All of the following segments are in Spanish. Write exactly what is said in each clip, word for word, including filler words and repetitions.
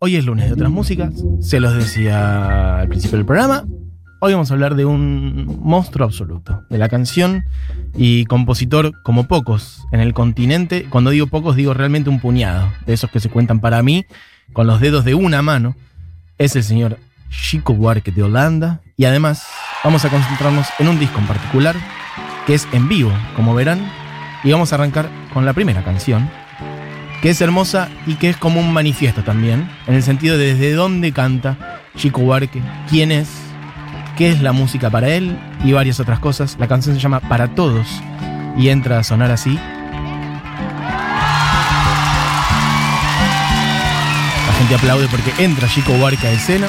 hoy es lunes de otras músicas, se los decía al principio del programa. Hoy vamos a hablar de un monstruo absoluto, de la canción y compositor como pocos en el continente. Cuando digo pocos, digo realmente un puñado, de esos que se cuentan para mí con los dedos de una mano. Es el señor Chico Buarque de Holanda. Y además vamos a concentrarnos en un disco en particular, que es en vivo, como verán. Y vamos a arrancar con la primera canción, que es hermosa y que es como un manifiesto también, en el sentido de desde dónde canta Chico Buarque, quién es, qué es la música para él y varias otras cosas. La canción se llama Para Todos y entra a sonar así. La gente aplaude porque entra Chico Buarque a escena.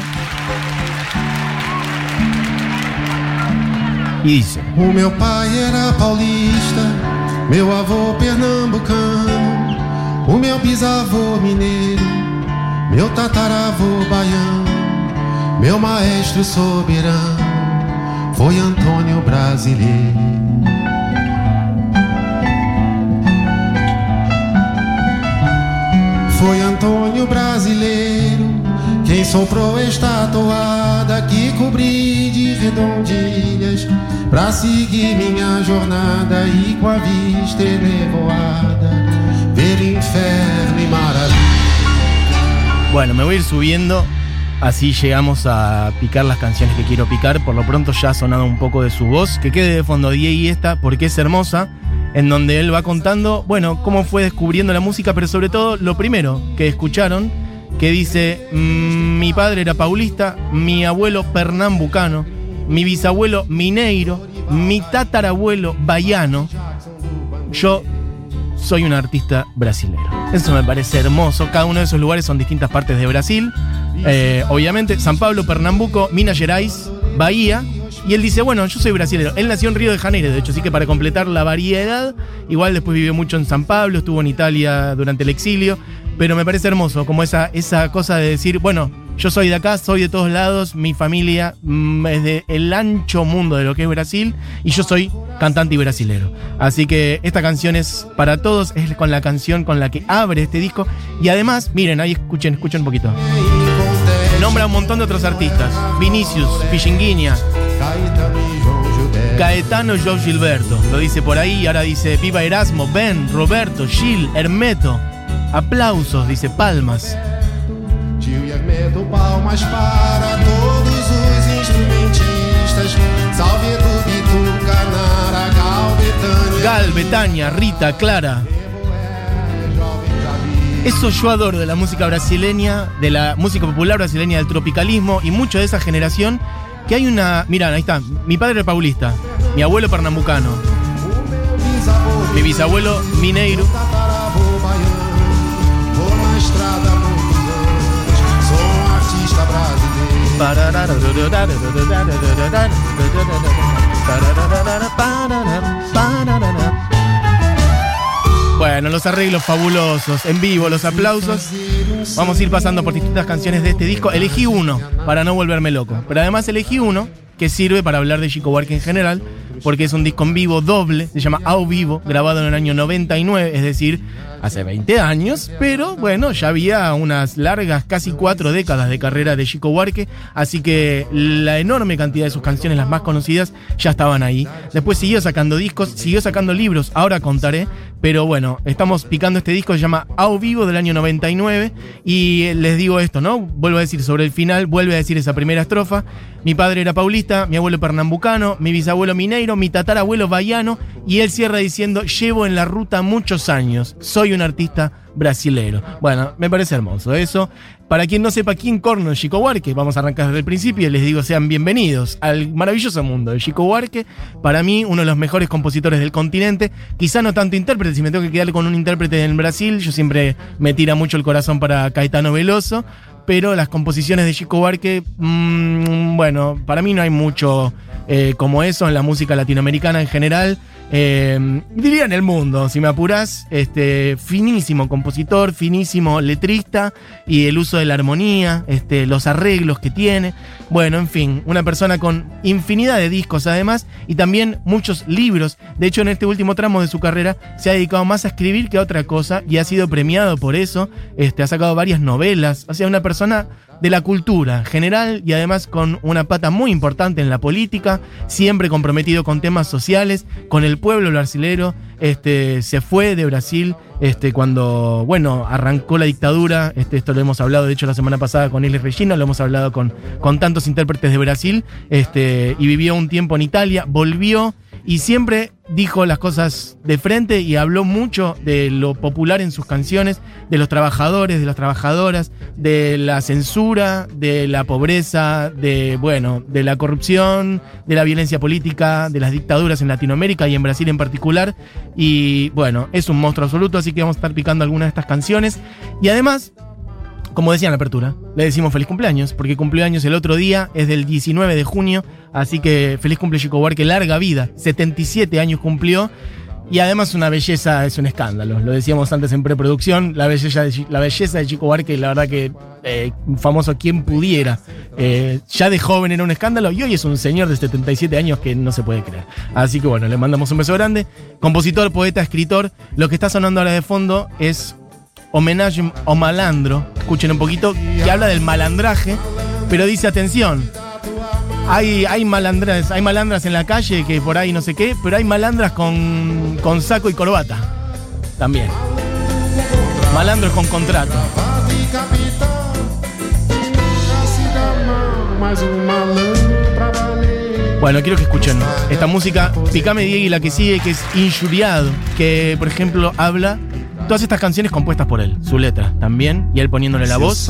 Y dice: O meu pai era paulista, meu avô pernambucano, o meu bisavô mineiro, meu tataravô baiano, meu maestro soberano foi Antônio Brasileiro. Foi Antônio Brasileiro quem soprou esta toada que cobri de redondilhas pra seguir minha jornada e com a vista elevoada ver inferno y maravilha. Bueno, me voy a ir subiendo. Así llegamos a picar las canciones que quiero picar. Por lo pronto ya ha sonado un poco de su voz. Que quede de fondo D J esta porque es hermosa, en donde él va contando, bueno, cómo fue descubriendo la música, pero sobre todo lo primero que escucharon, que dice: mmm, mi padre era paulista, mi abuelo pernambucano, mi bisabuelo mineiro, mi tatarabuelo baiano, yo soy un artista brasilero. Eso me parece hermoso. Cada uno de esos lugares son distintas partes de Brasil. Eh, obviamente, San Pablo, Pernambuco, Minas Gerais, Bahía. Y él dice, bueno, yo soy brasilero. Él nació en Río de Janeiro, de hecho, así que para completar la variedad, igual después vivió mucho en San Pablo, estuvo en Italia durante el exilio. Pero me parece hermoso, como esa, esa cosa de decir, bueno, yo soy de acá, soy de todos lados, mi familia mm, es de el ancho mundo de lo que es Brasil, y yo soy cantante y brasilero. Así que esta canción es para todos, es con la canción con la que abre este disco. Y además, miren, ahí escuchen, escuchen un poquito. Nombra un montón de otros artistas: Vinicius, Pichinguinha, Caetano, João Gilberto. Lo dice por ahí, y ahora dice Viva Erasmo, Ben, Roberto, Gil, Hermeto. Aplausos, dice, palmas. Gil e Hermeto, palmas para todos os instrumentistas. Salve Edu, Bituca, Nara, Gal, Betânia, Gal, Betânia, Rita, Clara. Eso yo adoro de la música brasileña, de la música popular brasileña, del tropicalismo y mucho de esa generación, que hay una... Mirá, ahí está, mi padre era paulista, mi abuelo pernambucano, mi bisabuelo mineiro. Bueno, los arreglos fabulosos, en vivo, los aplausos. Vamos a ir pasando por distintas canciones de este disco. Elegí uno para no volverme loco, pero además elegí uno que sirve para hablar de Chico Buarque en general, porque es un disco en vivo doble, se llama Ao Vivo, grabado en el año noventa y nueve, es decir, hace veinte años, pero bueno, ya había unas largas, casi cuatro décadas de carrera de Chico Buarque, así que la enorme cantidad de sus canciones, las más conocidas, ya estaban ahí. Después siguió sacando discos, siguió sacando libros, ahora contaré, pero bueno, estamos picando este disco, se llama Ao Vivo, del año noventa y nueve, y les digo esto, ¿no? Vuelvo a decir sobre el final, vuelve a decir esa primera estrofa: mi padre era paulista, mi abuelo pernambucano, mi bisabuelo mineiro, mi tatarabuelo baiano, y él cierra diciendo: llevo en la ruta muchos años, soy un artista brasilero. Bueno, me parece hermoso eso. Para quien no sepa quién corno es Chico Buarque, vamos a arrancar desde el principio y les digo, sean bienvenidos al maravilloso mundo de Chico Buarque. Para mí, uno de los mejores compositores del continente, quizá no tanto intérprete, si me tengo que quedar con un intérprete en Brasil, yo siempre me tira mucho el corazón para Caetano Veloso, pero las composiciones de Chico Buarque, mmm, bueno, para mí no hay mucho eh, como eso en la música latinoamericana en general. Eh, diría en el mundo, si me apurás, este, finísimo compositor, finísimo letrista y el uso de la armonía, este, los arreglos que tiene. Bueno, en fin, una persona con infinidad de discos además y también muchos libros. De hecho, en este último tramo de su carrera se ha dedicado más a escribir que a otra cosa y ha sido premiado por eso. Este, ha sacado varias novelas. O sea, una persona de la cultura general y además con una pata muy importante en la política, siempre comprometido con temas sociales, con el pueblo brasilero. Este, se fue de Brasil este, cuando, bueno, arrancó la dictadura. Este, esto lo hemos hablado, de hecho, la semana pasada con Elis Regina, lo hemos hablado con, con tantos intérpretes de Brasil, este, y vivió un tiempo en Italia, volvió y siempre dijo las cosas de frente y habló mucho de lo popular en sus canciones, de los trabajadores, de las trabajadoras, de la censura, de la pobreza, de, bueno, de la corrupción, de la violencia política, de las dictaduras en Latinoamérica y en Brasil en particular. Y bueno, es un monstruo absoluto, así que vamos a estar picando algunas de estas canciones. Y además, como decía en la apertura, le decimos feliz cumpleaños, porque cumplió años el otro día, es del diecinueve de junio, así que feliz cumple Chico Buarque, larga vida, setenta y siete años cumplió, y además una belleza, es un escándalo, lo decíamos antes en preproducción, la belleza de, la belleza de Chico Buarque, la verdad que eh, un famoso quien pudiera, eh, ya de joven era un escándalo, y hoy es un señor de setenta y siete años que no se puede creer. Así que bueno, le mandamos un beso grande, compositor, poeta, escritor. Lo que está sonando ahora de fondo es Homenaje ao Malandro, escuchen un poquito, que habla del malandraje, pero dice, atención, hay, hay malandras, hay malandras en la calle que por ahí no sé qué, pero hay malandras con, con saco y corbata también. Malandros con contrato. Bueno, quiero que escuchen esta música, Picame Diego, y la que sigue, que es Injuriado, que por ejemplo habla todas estas canciones compuestas por él, su letra también, y él poniéndole la voz.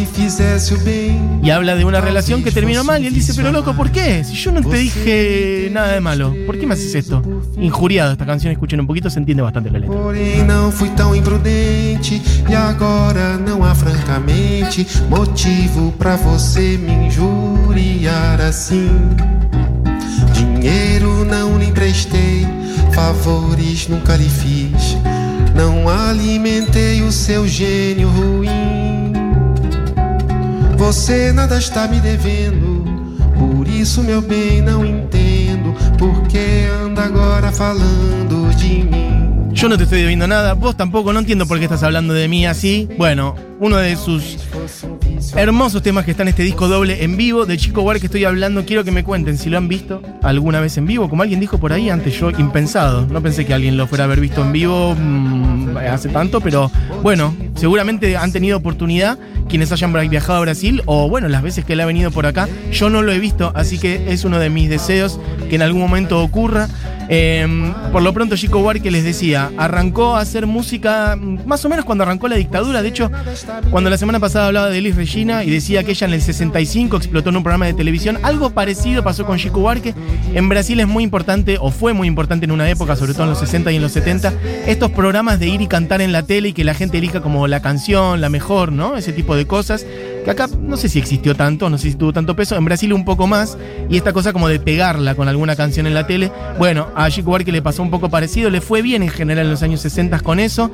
Y habla de una relación que terminó mal, y él dice, pero loco, ¿por qué? Si yo no te dije nada de malo, ¿por qué me haces esto? Injuriado, esta canción, escuchen un poquito, se entiende bastante la letra. Porém não fui tão imprudente e agora não há francamente motivo pra você me injuriar assim. Dinheiro não lhe emprestei, favores nunca lhe fiz. Não alimentei o seu gênio ruim. Você nada está me devendo, por isso, meu bem, não entendo por que anda agora falando de mim. Yo no te estoy debiendo nada, vos tampoco, no entiendo por qué estás hablando de mí así. Bueno, uno de sus hermosos temas que está en este disco doble en vivo de Chico Buarque estoy hablando. Quiero que me cuenten si lo han visto alguna vez en vivo, como alguien dijo por ahí antes, yo impensado, no pensé que alguien lo fuera a haber visto en vivo mmm, hace tanto, pero bueno, seguramente han tenido oportunidad quienes hayan viajado a Brasil, o bueno, las veces que él ha venido por acá. Yo no lo he visto, así que es uno de mis deseos que en algún momento ocurra. Eh, por lo pronto, Chico Buarque, les decía, arrancó a hacer música más o menos cuando arrancó la dictadura. De hecho, cuando la semana pasada hablaba de Elis Regina y decía que ella en el sesenta y cinco explotó en un programa de televisión, algo parecido pasó con Chico Buarque. En Brasil es muy importante, o fue muy importante en una época, sobre todo en los sesenta y en los setenta, estos programas de ir y cantar en la tele y que la gente elija como la canción, la mejor, ¿no? Ese tipo de cosas, que acá no sé si existió tanto, no sé si tuvo tanto peso, en Brasil un poco más, y esta cosa como de pegarla con alguna canción en la tele. Bueno, a Chico Buarque le pasó un poco parecido, le fue bien en general en los años sesenta con eso,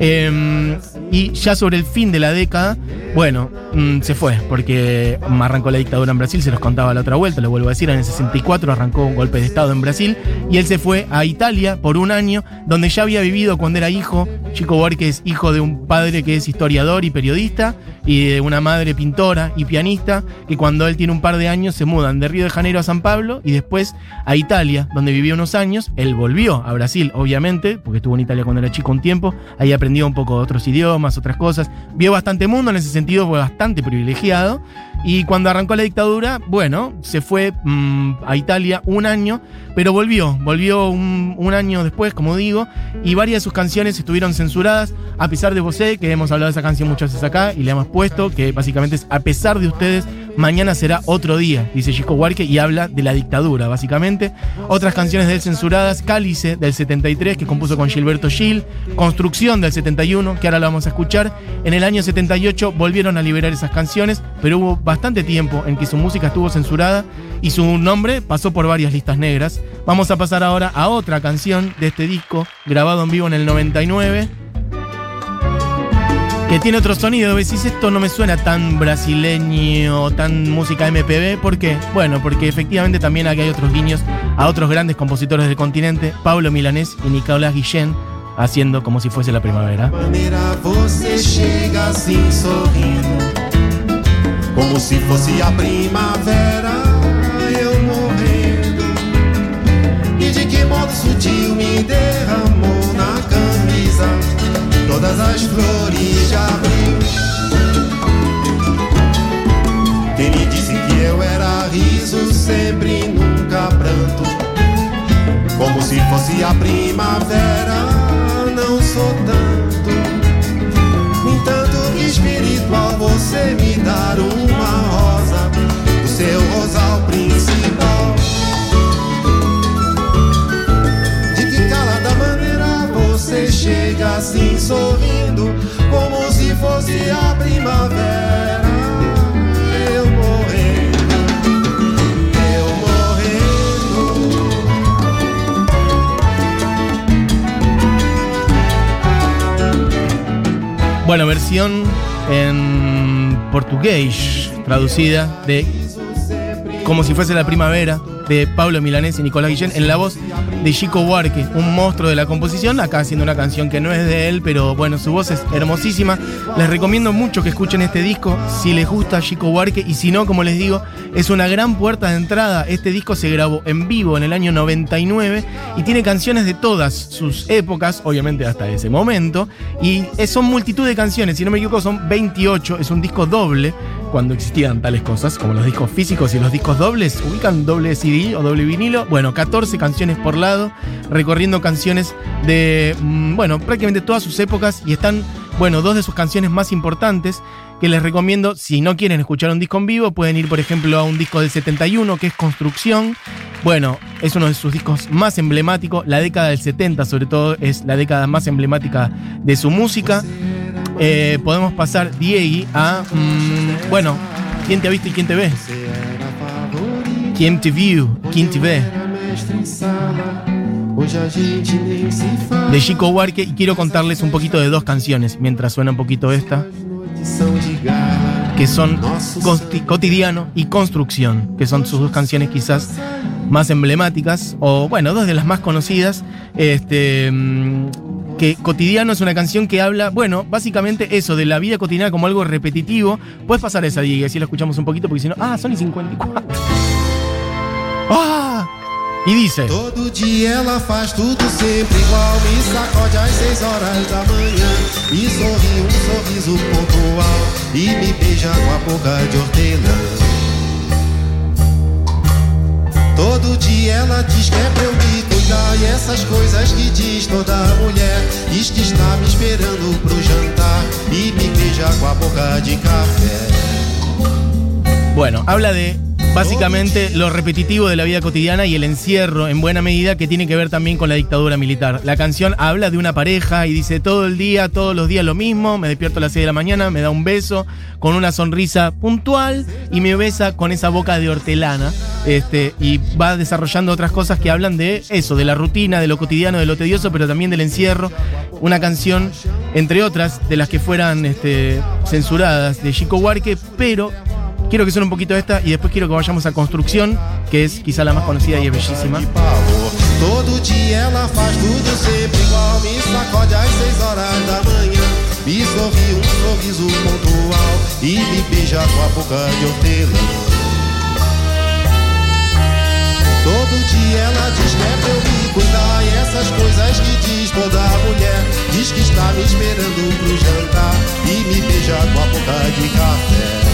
eh, y ya sobre el fin de la década, bueno, mmm, se fue, porque arrancó la dictadura en Brasil, se los contaba la otra vuelta, lo vuelvo a decir, en el sesenta y cuatro arrancó un golpe de estado en Brasil, y él se fue a Italia por un año, donde ya había vivido cuando era hijo. Chico Buarque es hijo de un padre que es historiador y periodista, y de una madre pintora y pianista, que cuando él tiene un par de años se mudan de Río de Janeiro a San Pablo y después a Italia, donde vivió unos años. Él volvió a Brasil, obviamente, porque estuvo en Italia cuando era chico un tiempo, ahí aprendió un poco otros idiomas, otras cosas, vio bastante mundo, en ese sentido fue bastante privilegiado, y cuando arrancó la dictadura, bueno, se fue mmm, a Italia un año, pero volvió, volvió un, un año después, como digo, y varias de sus canciones estuvieron censuradas, A pesar de Vosé, que hemos hablado de esa canción muchas veces acá, y le hemos puesto, que básicamente es A pesar de ustedes, mañana será otro día, dice Chico Buarque, y habla de la dictadura, básicamente. Otras canciones de él censuradas, Cálice, del setenta y tres, que compuso con Gilberto Gil, Construcción, del setenta y uno, que ahora la vamos a escuchar. En el año setenta y ocho volvieron a liberar esas canciones, pero hubo bastante tiempo en que su música estuvo censurada, y su nombre pasó por varias listas negras. Vamos a pasar ahora a otra canción de este disco, grabado en vivo en el noventa y nueve, que tiene otro sonido. Decís, esto no me suena tan brasileño, tan música M P B. ¿Por qué? Bueno, porque efectivamente también aquí hay otros guiños a otros grandes compositores del continente, Pablo Milanés y Nicolás Guillén, haciendo Como si fuese la primavera. Você chega assim sorrindo, como si fosse a primavera, eu morrendo. E de que modo sutil me derramou na camisa todas as flores de abril. Quem me disse que eu era riso sempre e nunca pranto, como se fosse a primavera, não sou tanto. No entanto, que espiritual você me dar uma rosa do seu rosal principal. De que calada maneira você chega assim sorrindo, como se fosse a primavera. Eu morrendo, eu morrendo. Bueno, versión en portugués, traducida de Como si fuese la primavera, de Pablo Milanés y Nicolás Guillén, en la voz de Chico Buarque, un monstruo de la composición, acá haciendo una canción que no es de él, pero bueno, su voz es hermosísima. Les recomiendo mucho que escuchen este disco, si les gusta Chico Buarque, y si no, como les digo, es una gran puerta de entrada. Este disco se grabó en vivo en el año noventa y nueve y tiene canciones de todas sus épocas, obviamente hasta ese momento, y son multitud de canciones, si no me equivoco son veintiocho, es un disco doble, cuando existían tales cosas como los discos físicos y los discos dobles. ¿Ubican doble C D o doble vinilo? Bueno, catorce canciones por lado, recorriendo canciones de, bueno, prácticamente todas sus épocas, y están, bueno, dos de sus canciones más importantes que les recomiendo. Si no quieren escuchar un disco en vivo, pueden ir, por ejemplo, a un disco del setenta y uno, que es Construcción. Bueno, es uno de sus discos más emblemáticos. La década del setenta, sobre todo, es la década más emblemática de su música. Eh, podemos pasar, Diegui, a, mmm, bueno, ¿quién te ha visto y quién te ve? ¿Quién te vio? ¿Quién te ve? De Chico Buarque, y quiero contarles un poquito de dos canciones, mientras suena un poquito esta, que son Cotidiano y Construcción, que son sus dos canciones quizás más emblemáticas, o bueno, dos de las más conocidas. Este... que Cotidiano es una canción que habla, bueno, básicamente eso, de la vida cotidiana como algo repetitivo. Puedes pasar esa, Diego, así la escuchamos un poquito, porque si no... Ah, son y cincuenta y cuatro. ¡Ah! Y dice... Todo dia ela faz tudo sempre igual, me sacode às seis horas da manhã e sorri um sorriso pontual e me beija com a boca de hortelã. Todo dia ela diz que é pra eu me cuidar, e essas coisas que diz toda mulher. Diz que está me esperando pro jantar y me beija con a boca de café. Bueno, habla de básicamente lo repetitivo de la vida cotidiana y el encierro, en buena medida, que tiene que ver también con la dictadura militar. La canción habla de una pareja y dice: todo el día, todos los días lo mismo, me despierto a las seis de la mañana, me da un beso con una sonrisa puntual y me besa con esa boca de hortelana. Este, y va desarrollando otras cosas que hablan de eso, de la rutina, de lo cotidiano, de lo tedioso, pero también del encierro. Una canción, entre otras, de las que fueran este, censuradas, de Chico Buarque, pero quiero que suene un poquito esta y después quiero que vayamos a Construcción, que es quizá la más conocida y es bellísima. Todo dia ela faz tudo sempre igual, me sacode às seis horas da manhã, me sorri um sorriso pontual e me beija com a boca de hortelã. Todo dia ela diz que é pra eu me cuidar, e essas coisas que diz toda mulher. Diz que está me esperando pro jantar e me beija com a boca de café.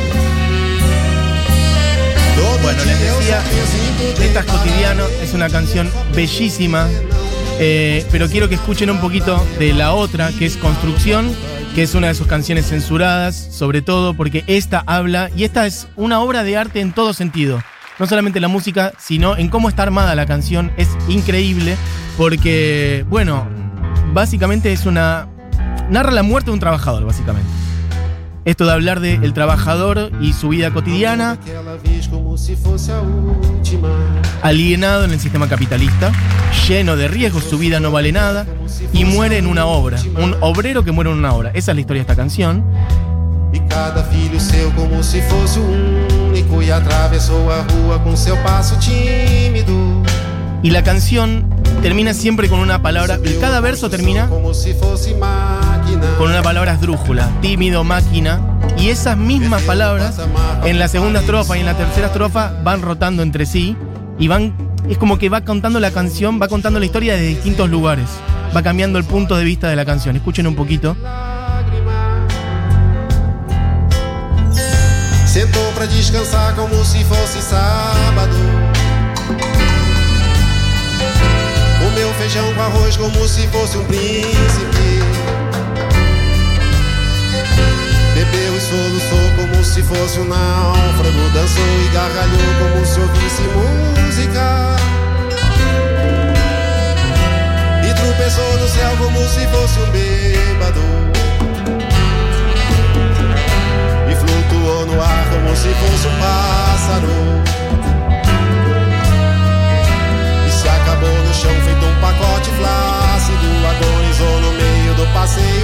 Bueno, les decía, esta es Cotidiano, es una canción bellísima, eh, pero quiero que escuchen un poquito de la otra, que es Construcción, que es una de sus canciones censuradas, sobre todo porque esta habla, y esta es una obra de arte en todo sentido, no solamente la música, sino en cómo está armada la canción. Es increíble, porque, bueno, básicamente es una... narra la muerte de un trabajador, básicamente. Esto de hablar del trabajador y su vida cotidiana, alienado en el sistema capitalista, lleno de riesgos, su vida no vale nada y muere en una obra. Un obrero que muere en una obra. Esa es la historia de esta canción. E cada filho seu como se fosse um único e atravessou a rua com seu passo tímido. Y la canción termina siempre con una palabra, cada verso termina con una palabra esdrújula, tímido, máquina, y esas mismas palabras en la segunda estrofa y en la tercera estrofa van rotando entre sí y van, es como que va contando la canción, va contando la historia desde distintos lugares, va cambiando el punto de vista de la canción. Escuchen un poquito. Sentou pra descansar como se fosse sábado. Comeu feijão com arroz como se fosse um príncipe. Bebeu e soluçou como se fosse um náufrago. Dançou e gargalhou como se ouvisse música. E tropeçou no céu como se fosse um bêbado. E flutuou no ar como se fosse um pássaro. Acabou no chão feito um pacote flácido. Agonizou no meio do passeio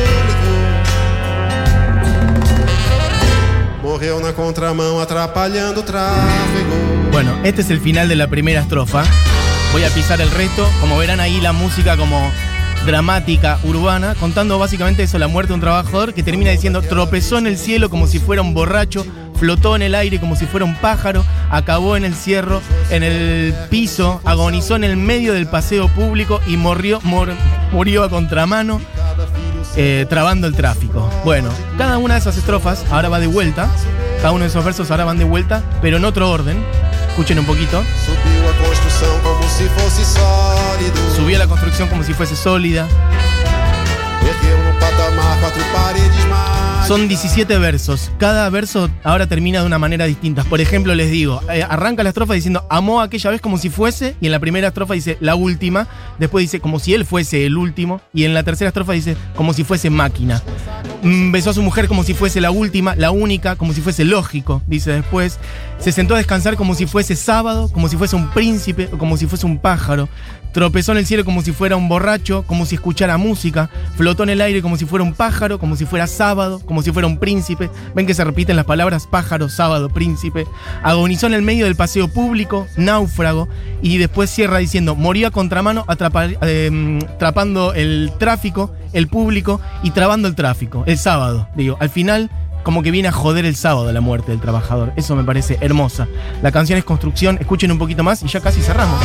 público. Morreu na contramão atrapalhando o tráfego. Bueno, este es el final de la primera estrofa. Voy a pisar el resto. Como verán ahí la música como dramática, urbana, contando básicamente eso, la muerte de un trabajador que termina diciendo: tropezó en el cielo como si fuera un borracho, flotó en el aire como si fuera un pájaro, acabó en el cierro, en el piso, agonizó en el medio del paseo público y murió, mor, murió a contramano, eh, trabando el tráfico. Bueno, cada una de esas estrofas ahora va de vuelta, cada uno de esos versos ahora van de vuelta, pero en otro orden. Escuchen un poquito. Subiu a construcción como si fosse sólido. Subió a la construcción como si fuese sólida. Ergueu no patamar quatro paredes mais. Son diecisiete versos. Cada verso ahora termina de una manera distinta. Por ejemplo, les digo, eh, arranca la estrofa diciendo amó aquella vez como si fuese, y en la primera estrofa dice la última, después dice como si él fuese el último, y en la tercera estrofa dice como si fuese máquina. Mm, besó a su mujer como si fuese la última, la única, como si fuese lógico, dice después. Se sentó a descansar como si fuese sábado, como si fuese un príncipe o como si fuese un pájaro. Tropezó en el cielo como si fuera un borracho, como si escuchara música. Flotó en el aire como si fuera un pájaro, como si fuera sábado, como si fuera un príncipe. Ven que se repiten las palabras pájaro, sábado, príncipe. Agonizó en el medio del paseo público, náufrago. Y después cierra diciendo, murió a contramano atrapa, eh, atrapando el tráfico, el público y trabando el tráfico. El sábado, digo, al final como que viene a joder el sábado la muerte del trabajador. Eso me parece hermosa. La canción es construcción. Escuchen un poquito más y ya casi cerramos.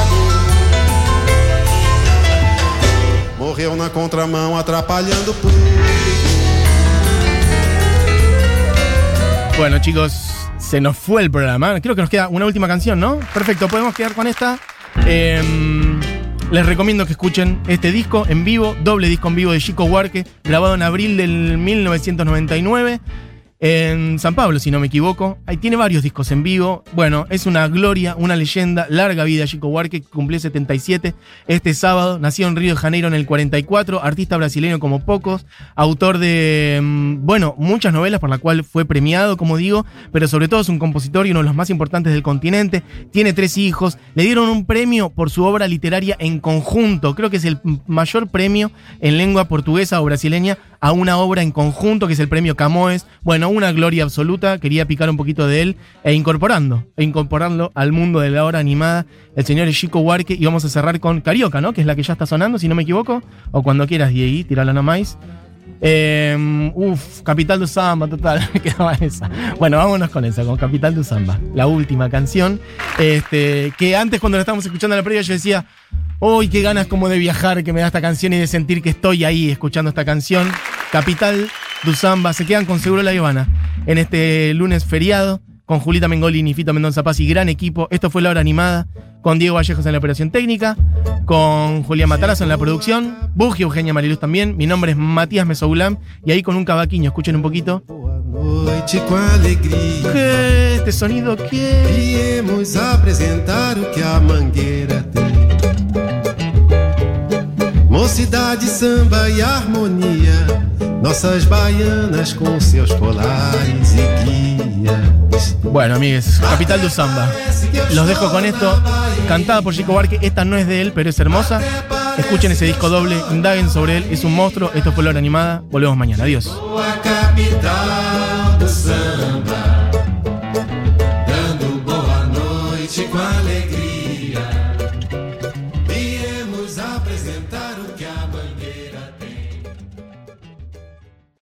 Morreu na contramão atrapalhando o público. Bueno, chicos, se nos fue el programa. Creo que nos queda una última canción, ¿no? Perfecto, podemos quedar con esta. Eh, les recomiendo que escuchen este disco en vivo, doble disco en vivo de Chico Buarque, grabado en abril del mil novecientos noventa y nueve. En San Pablo, si no me equivoco. Ahí tiene varios discos en vivo. Bueno, es una gloria, una leyenda. Larga vida Chico Buarque, que cumplió setenta y siete este sábado. Nació en Río de Janeiro en el cuarenta y cuatro. Artista brasileño como pocos. Autor de, bueno, muchas novelas por las cuales fue premiado, como digo. Pero sobre todo es un compositor y uno de los más importantes del continente. Tiene tres hijos. Le dieron un premio por su obra literaria en conjunto. Creo que es el mayor premio en lengua portuguesa o brasileña a una obra en conjunto, que es el premio Camões. Bueno, una gloria absoluta. Quería picar un poquito de él e incorporando, e incorporarlo al mundo de la obra animada, el señor Chico Buarque. Y vamos a cerrar con Carioca, ¿no? Que es la que ya está sonando, si no me equivoco. O cuando quieras, Diegui, tirala nomás. Eh, uf, Capital do Samba, total, me quedaba esa. Bueno, vámonos con esa, con Capital do Samba, la última canción. Este, que antes, cuando la estábamos escuchando en la previa, yo decía, uy, qué ganas como de viajar que me da esta canción y de sentir que estoy ahí escuchando esta canción. Capital do Samba. Se quedan con Seguro La Habana en este lunes feriado, con Julita Mengolini, Fito Mendoza Paz y gran equipo. Esto fue La Hora Animada, con Diego Vallejos en la operación técnica, con Julián Matarazo en la producción, Bugi, Eugenia Mariluz también. Mi nombre es Matías Mesoulam y ahí con un cavaquinho, escuchen un poquito. ¿Qué? ¿Este sonido qué? Viemos apresentar o que a Mangueira tem. Mocidade, samba e harmonia. nossas baianas com seus colares e guias. Bueno, amigues, Capital do Samba. Los dejo con esto, cantada por Chico Buarque. Esta no es de él, pero es hermosa. Escuchen ese disco doble, indaguen sobre él, es un monstruo. Esto fue La Hora Animada, volvemos mañana, adiós. A capital do samba.